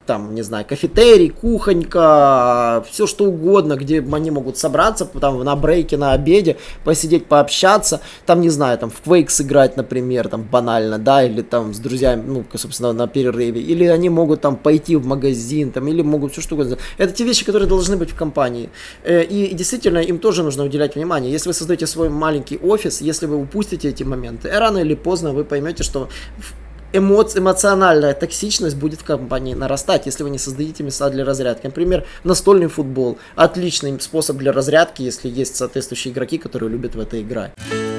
там, не знаю, кафетерий, кухонька, все что угодно, где они могут собраться, там, на брейке, на обеде, посидеть, пообщаться, там, не знаю, там, в Quake сыграть, например, там, банально, да, или там с друзьями, ну, собственно, на перерыве, или они могут там пойти в магазин, там, или могут все что угодно. Это те вещи, которые должны быть в компании. И действительно, им тоже нужно уделять внимание. Если вы создаете свой маленький офис, если вы упустите эти моменты, рано или поздно вы поймете, что эмоциональная токсичность будет в компании нарастать, если вы не создадите места для разрядки. Например, настольный футбол. Отличный способ для разрядки, если есть соответствующие игроки, которые любят в это играть.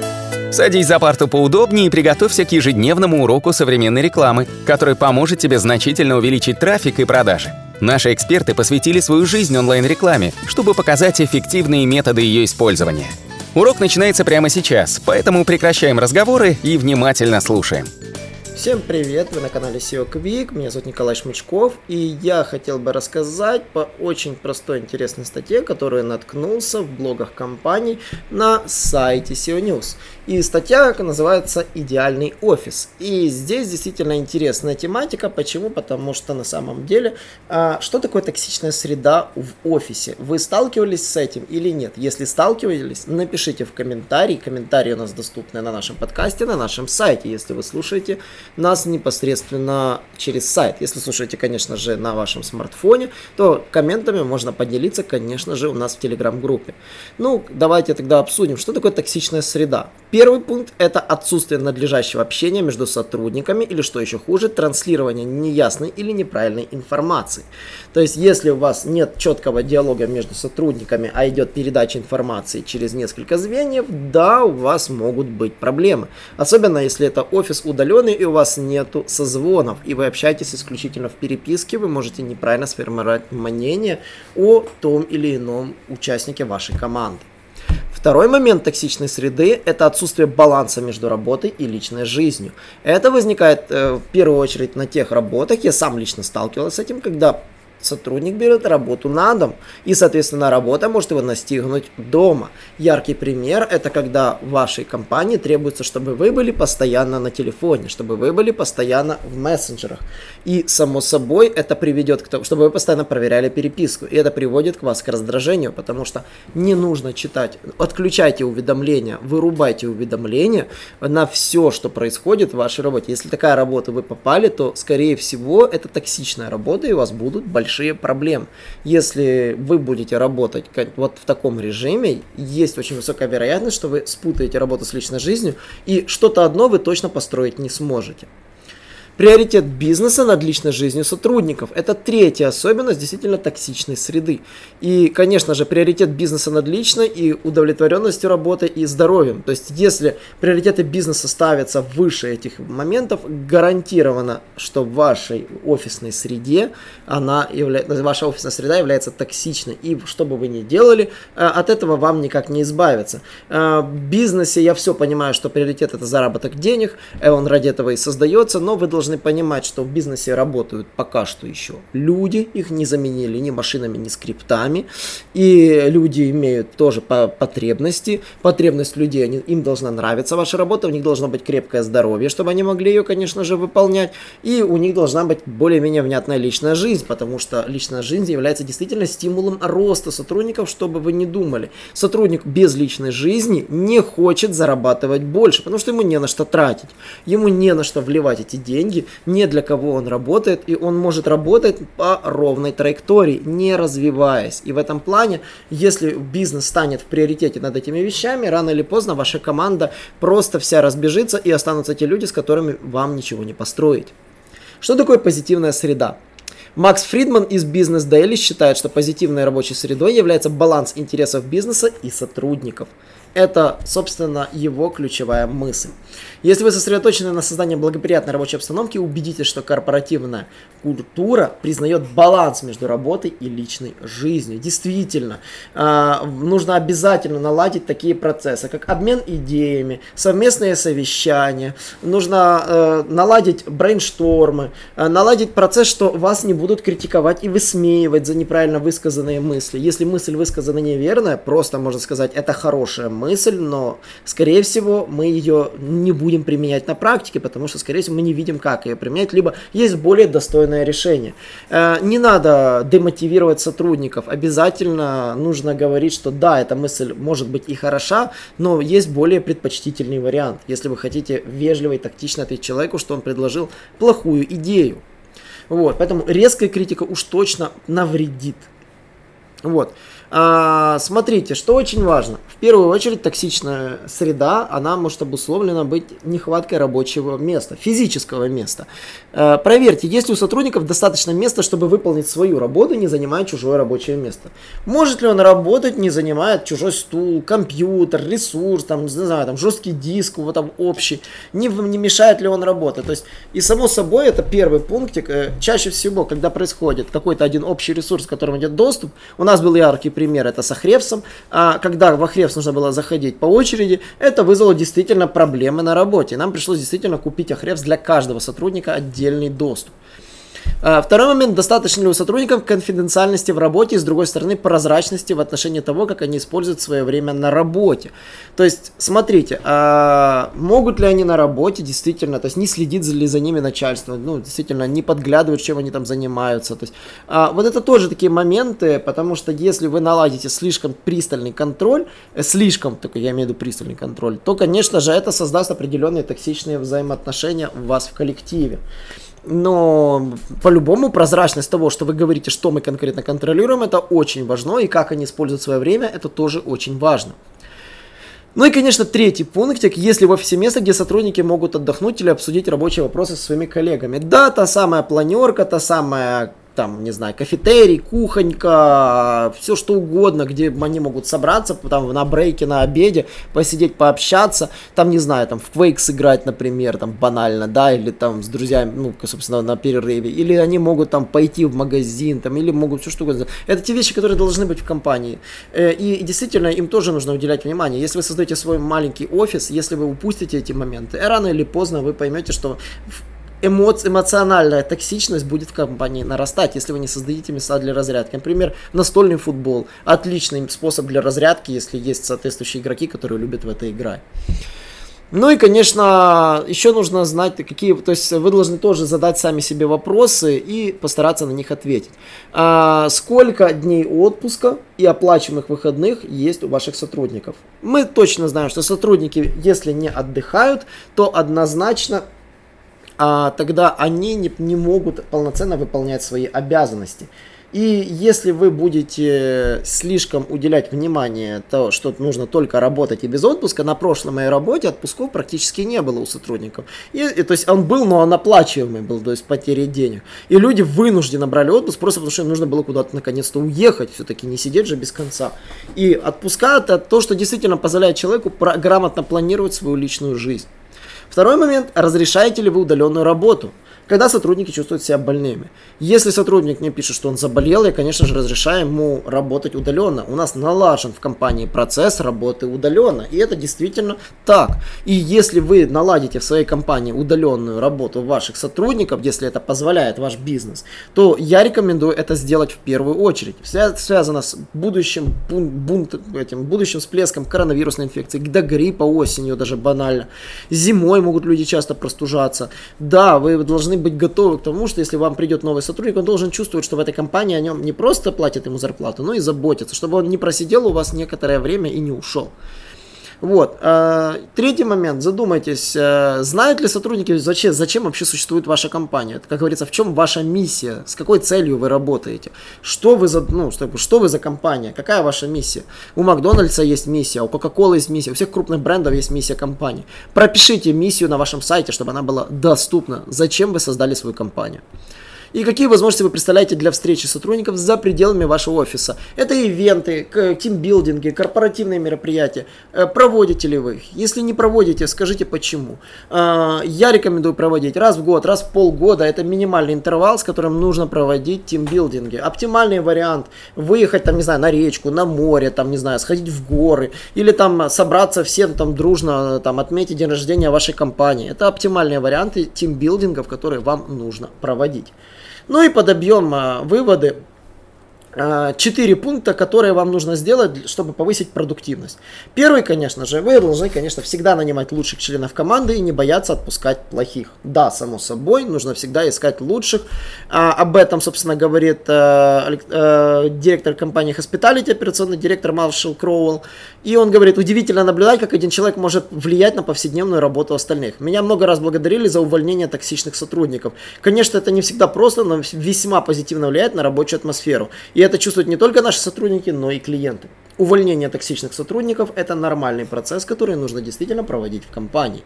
Садись за парту поудобнее и приготовься к ежедневному уроку современной рекламы, который поможет тебе значительно увеличить трафик и продажи. Наши эксперты посвятили свою жизнь онлайн-рекламе, чтобы показать эффективные методы ее использования. Урок начинается прямо сейчас, поэтому прекращаем разговоры и внимательно слушаем. Всем привет, вы на канале SEO Quick, меня зовут Николай Шмычков, и я хотел бы рассказать по очень простой интересной статье, которую наткнулся в блогах компаний на сайте SEO News. И статья называется «Идеальный офис». И здесь действительно интересная тематика. Почему? Потому что на самом деле, что такое токсичная среда в офисе? Вы сталкивались с этим или нет? Если сталкивались, напишите в комментарии. Комментарии у нас доступны на нашем подкасте, на нашем сайте, если вы слушаете нас непосредственно через сайт. Если слушаете, конечно же, на вашем смартфоне, то комментами можно поделиться, конечно же, у нас в телеграм-группе. Ну, давайте тогда обсудим, что такое токсичная среда. Первый пункт – это отсутствие надлежащего общения между сотрудниками или, что еще хуже, транслирование неясной или неправильной информации. То есть, если у вас нет четкого диалога между сотрудниками, а идет передача информации через несколько звеньев, да, у вас могут быть проблемы. Особенно, если это офис удаленный и у вас нету созвонов, и вы общаетесь исключительно в переписке, вы можете неправильно сформировать мнение о том или ином участнике вашей команды. Второй момент токсичной среды – это отсутствие баланса между работой и личной жизнью. Это возникает в первую очередь на тех работах, я сам лично сталкивался с этим, когда сотрудник берет работу на дом, и, соответственно, работа может его настигнуть дома. Яркий пример – это когда в вашей компании требуется, чтобы вы были постоянно на телефоне, чтобы вы были постоянно в мессенджерах. И, само собой, это приведет к тому, чтобы вы постоянно проверяли переписку. И это приводит к вас к раздражению, потому что не нужно читать. Отключайте уведомления, вырубайте уведомления на все, что происходит в вашей работе. Если такая работа вы попали, то, скорее всего, это токсичная работа, и у вас будут большие проблемы. Если вы будете работать вот в таком режиме, есть очень высокая вероятность, что вы спутаете работу с личной жизнью, и что-то одно вы точно построить не сможете. Приоритет бизнеса над личной жизнью сотрудников. Это третья особенность действительно токсичной среды. И, конечно же, приоритет бизнеса над личной и удовлетворенностью работы и здоровьем. То есть, если приоритеты бизнеса ставятся выше этих моментов, гарантированно, что в вашей офисной среде ваша офисная среда является токсичной. И что бы вы ни делали, от этого вам никак не избавиться. В бизнесе я все понимаю, что приоритет это заработок денег, он ради этого и создается, но вы должны понимать, что в бизнесе работают пока что еще люди, их не заменили ни машинами, ни скриптами, и люди имеют тоже потребности. Потребность людей, им должна нравиться ваша работа, у них должно быть крепкое здоровье, чтобы они могли ее, конечно же, выполнять, и у них должна быть более-менее внятная личная жизнь, потому что личная жизнь является действительно стимулом роста сотрудников, чтобы вы не думали. Сотрудник без личной жизни не хочет зарабатывать больше, потому что ему не на что тратить, ему не на что вливать эти деньги, не для кого он работает, и он может работать по ровной траектории, не развиваясь. И в этом плане, если бизнес станет в приоритете над этими вещами, рано или поздно ваша команда просто вся разбежится, и останутся те люди, с которыми вам ничего не построить. Что такое позитивная среда? Макс Фридман из Business Daily считает, что позитивной рабочей средой является баланс интересов бизнеса и сотрудников. Это, собственно, его ключевая мысль. Если вы сосредоточены на создании благоприятной рабочей обстановки, убедитесь, что корпоративная культура признает баланс между работой и личной жизнью. Действительно, нужно обязательно наладить такие процессы, как обмен идеями, совместные совещания, нужно наладить брейнштормы, наладить процесс, что вас не будут критиковать и высмеивать за неправильно высказанные мысли. Если мысль высказана неверная, просто можно сказать, это хорошая мысль, но, скорее всего, мы ее не будем применять на практике, потому что, скорее всего, мы не видим, как ее применять, либо есть более достойное решение. Не надо демотивировать сотрудников, обязательно нужно говорить, что да, эта мысль может быть и хороша, но есть более предпочтительный вариант, если вы хотите вежливо и тактично ответить человеку, что он предложил плохую идею. Вот, поэтому резкая критика уж точно навредит. Вот. Смотрите, что очень важно. В первую очередь, токсичная среда, она может обусловлена быть нехваткой рабочего места, физического места. Проверьте, есть ли у сотрудников достаточно места, чтобы выполнить свою работу, не занимая чужое рабочее место. Может ли он работать, не занимая чужой стул, компьютер, ресурс, там, не знаю, там, жесткий диск, вот там общий, не мешает ли он работать. То есть, и само собой, это первый пунктик. Чаще всего, когда происходит какой-то один общий ресурс, к которому идет доступ, у нас был яркий пример, это с Ahrefs, когда в Ahrefs нужно было заходить по очереди, это вызвало действительно проблемы на работе. Нам пришлось действительно купить Ahrefs для каждого сотрудника отдельный доступ. Второй момент, достаточно ли у сотрудников конфиденциальности в работе и, с другой стороны, прозрачности в отношении того, как они используют свое время на работе. То есть, смотрите, могут ли они на работе действительно, то есть не следит ли за ними начальство, ну, действительно, не подглядывают, чем они там занимаются. То есть, вот это тоже такие моменты, потому что если вы наладите слишком пристальный контроль, только я имею в виду пристальный контроль, то, конечно же, это создаст определенные токсичные взаимоотношения у вас в коллективе. Но по-любому прозрачность того, что вы говорите, что мы конкретно контролируем, это очень важно, и как они используют свое время, это тоже очень важно. Ну и, конечно, третий пунктик, если в офисе место, где сотрудники могут отдохнуть или обсудить рабочие вопросы со своими коллегами. Да, та самая планерка, та самая, там, не знаю, кафетерий, кухонька, все что угодно, где они могут собраться, там, на брейке, на обеде, посидеть, пообщаться, там, не знаю, там, в Quake сыграть, например, там, банально, да, или там с друзьями, ну, собственно, на перерыве, или они могут там пойти в магазин, там, или могут все что угодно. Это те вещи, которые должны быть в компании. И действительно, им тоже нужно уделять внимание. Если вы создаете свой маленький офис, если вы упустите эти моменты, рано или поздно вы поймете, что эмоциональная токсичность будет в компании нарастать, если вы не создадите места для разрядки. Например, настольный футбол. Отличный способ для разрядки, если есть соответствующие игроки, которые любят в это играть. Ну и, конечно, еще нужно знать, какие, то есть вы должны тоже задать сами себе вопросы и постараться на них ответить. Сколько дней отпуска и оплачиваемых выходных есть у ваших сотрудников? Мы точно знаем, что сотрудники, если не отдыхают, то однозначно тогда они не могут полноценно выполнять свои обязанности. И если вы будете слишком уделять внимание тому, что нужно только работать и без отпуска, на прошлой моей работе отпусков практически не было у сотрудников. То есть он был, но он оплачиваемый был, то есть потери денег. И люди вынужденно брали отпуск просто потому, что им нужно было куда-то наконец-то уехать, все-таки не сидеть же без конца. И отпуска — это то, что действительно позволяет человеку грамотно планировать свою личную жизнь. Второй момент, разрешаете ли вы удаленную работу, когда сотрудники чувствуют себя больными. Если сотрудник мне пишет, что он заболел, я, конечно же, разрешаю ему работать удаленно. У нас налажен в компании процесс работы удаленно, и это действительно так. И если вы наладите в своей компании удаленную работу ваших сотрудников, если это позволяет ваш бизнес, то я рекомендую это сделать в первую очередь. Связано с будущим всплеском коронавирусной инфекции, до гриппа осенью даже банально. Зимой могут люди часто простужаться. Да, вы должны быть готовы к тому, что если вам придет новый сотрудник, он должен чувствовать, что в этой компании о нем не просто платят ему зарплату, но и заботятся, чтобы он не просидел у вас некоторое время и не ушел. Вот. Третий момент. Задумайтесь, знают ли сотрудники, зачем вообще существует ваша компания? Это, как говорится, в чем ваша миссия? С какой целью вы работаете? Что вы за компания? Какая ваша миссия? У Макдональдса есть миссия, у Кока-Колы есть миссия, у всех крупных брендов есть миссия компании. Пропишите миссию на вашем сайте, чтобы она была доступна. Зачем вы создали свою компанию? И какие возможности вы представляете для встречи сотрудников за пределами вашего офиса? Это ивенты, тимбилдинги, корпоративные мероприятия. Проводите ли вы их? Если не проводите, скажите почему. Я рекомендую проводить раз в год, раз в полгода. Это минимальный интервал, с которым нужно проводить тимбилдинги. Оптимальный вариант — выехать там, не знаю, на речку, на море, там, не знаю, сходить в горы. Или там собраться все там дружно, там, отметить день рождения вашей компании. Это оптимальные варианты тимбилдингов, которые вам нужно проводить. Ну и подобьем выводы. 4 пункта, которые вам нужно сделать, чтобы повысить продуктивность. Первый, конечно же, вы должны, всегда нанимать лучших членов команды и не бояться отпускать плохих. Да, само собой, нужно всегда искать лучших. Об этом, собственно, говорит директор компании Hospitality, операционный директор Маршал Кроуэлл. И он говорит, удивительно наблюдать, как один человек может влиять на повседневную работу остальных. Меня много раз благодарили за увольнение токсичных сотрудников. Конечно, это не всегда просто, но весьма позитивно влияет на рабочую атмосферу. И это чувствуют не только наши сотрудники, но и клиенты. Увольнение токсичных сотрудников – это нормальный процесс, который нужно действительно проводить в компании.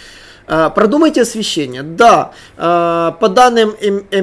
Продумайте освещение. Да, по данным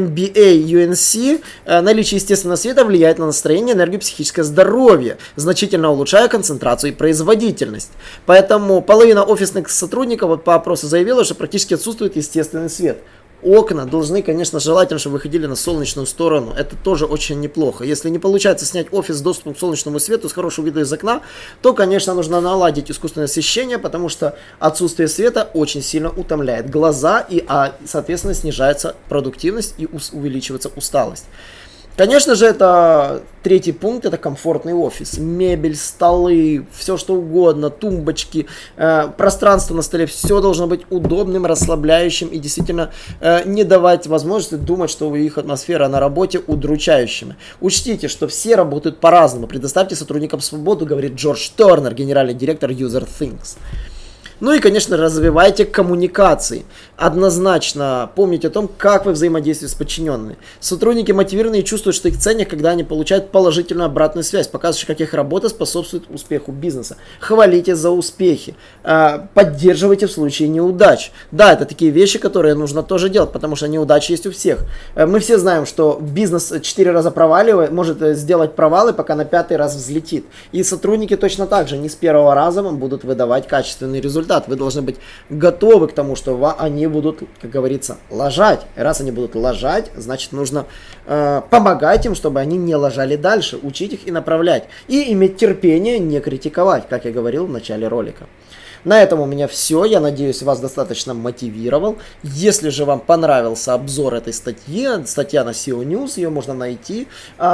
MBA UNC, наличие естественного света влияет на настроение, энергию, психическое здоровье, значительно улучшая концентрацию и производительность. Поэтому половина офисных сотрудников по опросу заявила, что практически отсутствует естественный свет. Окна должны, конечно, желательно, чтобы выходили на солнечную сторону. Это тоже очень неплохо. Если не получается снять офис с доступом к солнечному свету, с хорошего вида из окна, то, конечно, нужно наладить искусственное освещение, потому что отсутствие света очень сильно утомляет глаза, и, соответственно, снижается продуктивность и увеличивается усталость. Конечно же, это третий пункт, это комфортный офис. Мебель, столы, все что угодно, тумбочки, пространство на столе. Все должно быть удобным, расслабляющим и действительно не давать возможности думать, что их атмосфера на работе удручающими. Учтите, что все работают по-разному. Предоставьте сотрудникам свободу, говорит Джордж Тернер, генеральный директор UserThings. Ну и, конечно, развивайте коммуникации. Однозначно помните о том, как вы взаимодействуете с подчиненными. Сотрудники мотивированы и чувствуют, что их ценят, когда они получают положительную обратную связь, показывающую, как их работа способствует успеху бизнеса. Хвалите за успехи. Поддерживайте в случае неудач. Да, это такие вещи, которые нужно тоже делать, потому что неудачи есть у всех. Мы все знаем, что бизнес 4 раза проваливает, может сделать провалы, пока на 5-й раз взлетит. И сотрудники точно так же не с первого раза вам будут выдавать качественный результат. Вы должны быть готовы к тому, что они будут, как говорится, лажать. И раз они будут лажать, значит нужно помогать им, чтобы они не лажали дальше, учить их и направлять. И иметь терпение не критиковать, как я говорил в начале ролика. На этом у меня все. Я надеюсь, вас достаточно мотивировал. Если же вам понравился обзор этой статьи, статья на SEO News, ее можно найти,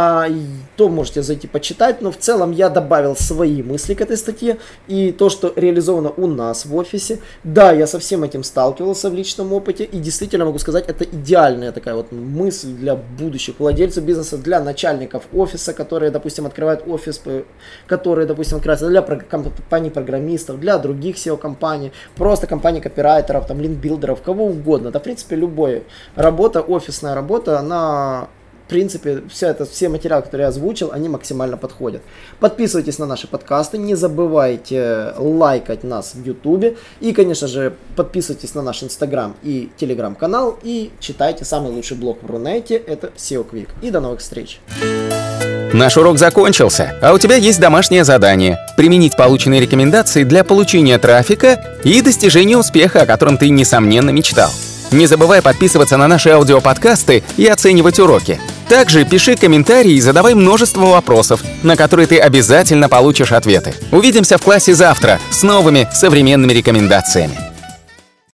то можете зайти почитать. Но в целом я добавил свои мысли к этой статье и то, что реализовано у нас в офисе. Да, я со всем этим сталкивался в личном опыте и действительно могу сказать, это идеальная такая вот мысль для будущих владельцев бизнеса, для начальников офиса, которые, допустим, открывают офис, которые, допустим, открываются для компаний-программистов, для других SEO-компаний, просто компаний копирайтеров, там, линкбилдеров, кого угодно. Да, в принципе, любая работа, офисная работа, она, в принципе, все материалы, которые я озвучил, они максимально подходят. Подписывайтесь на наши подкасты, не забывайте лайкать нас в YouTube и, конечно же, подписывайтесь на наш Instagram и Telegram канал и читайте самый лучший блог в Рунете, это SEO Quick. И до новых встреч! Наш урок закончился, а у тебя есть домашнее задание – применить полученные рекомендации для получения трафика и достижения успеха, о котором ты, несомненно, мечтал. Не забывай подписываться на наши аудиоподкасты и оценивать уроки. Также пиши комментарии и задавай множество вопросов, на которые ты обязательно получишь ответы. Увидимся в классе завтра с новыми современными рекомендациями.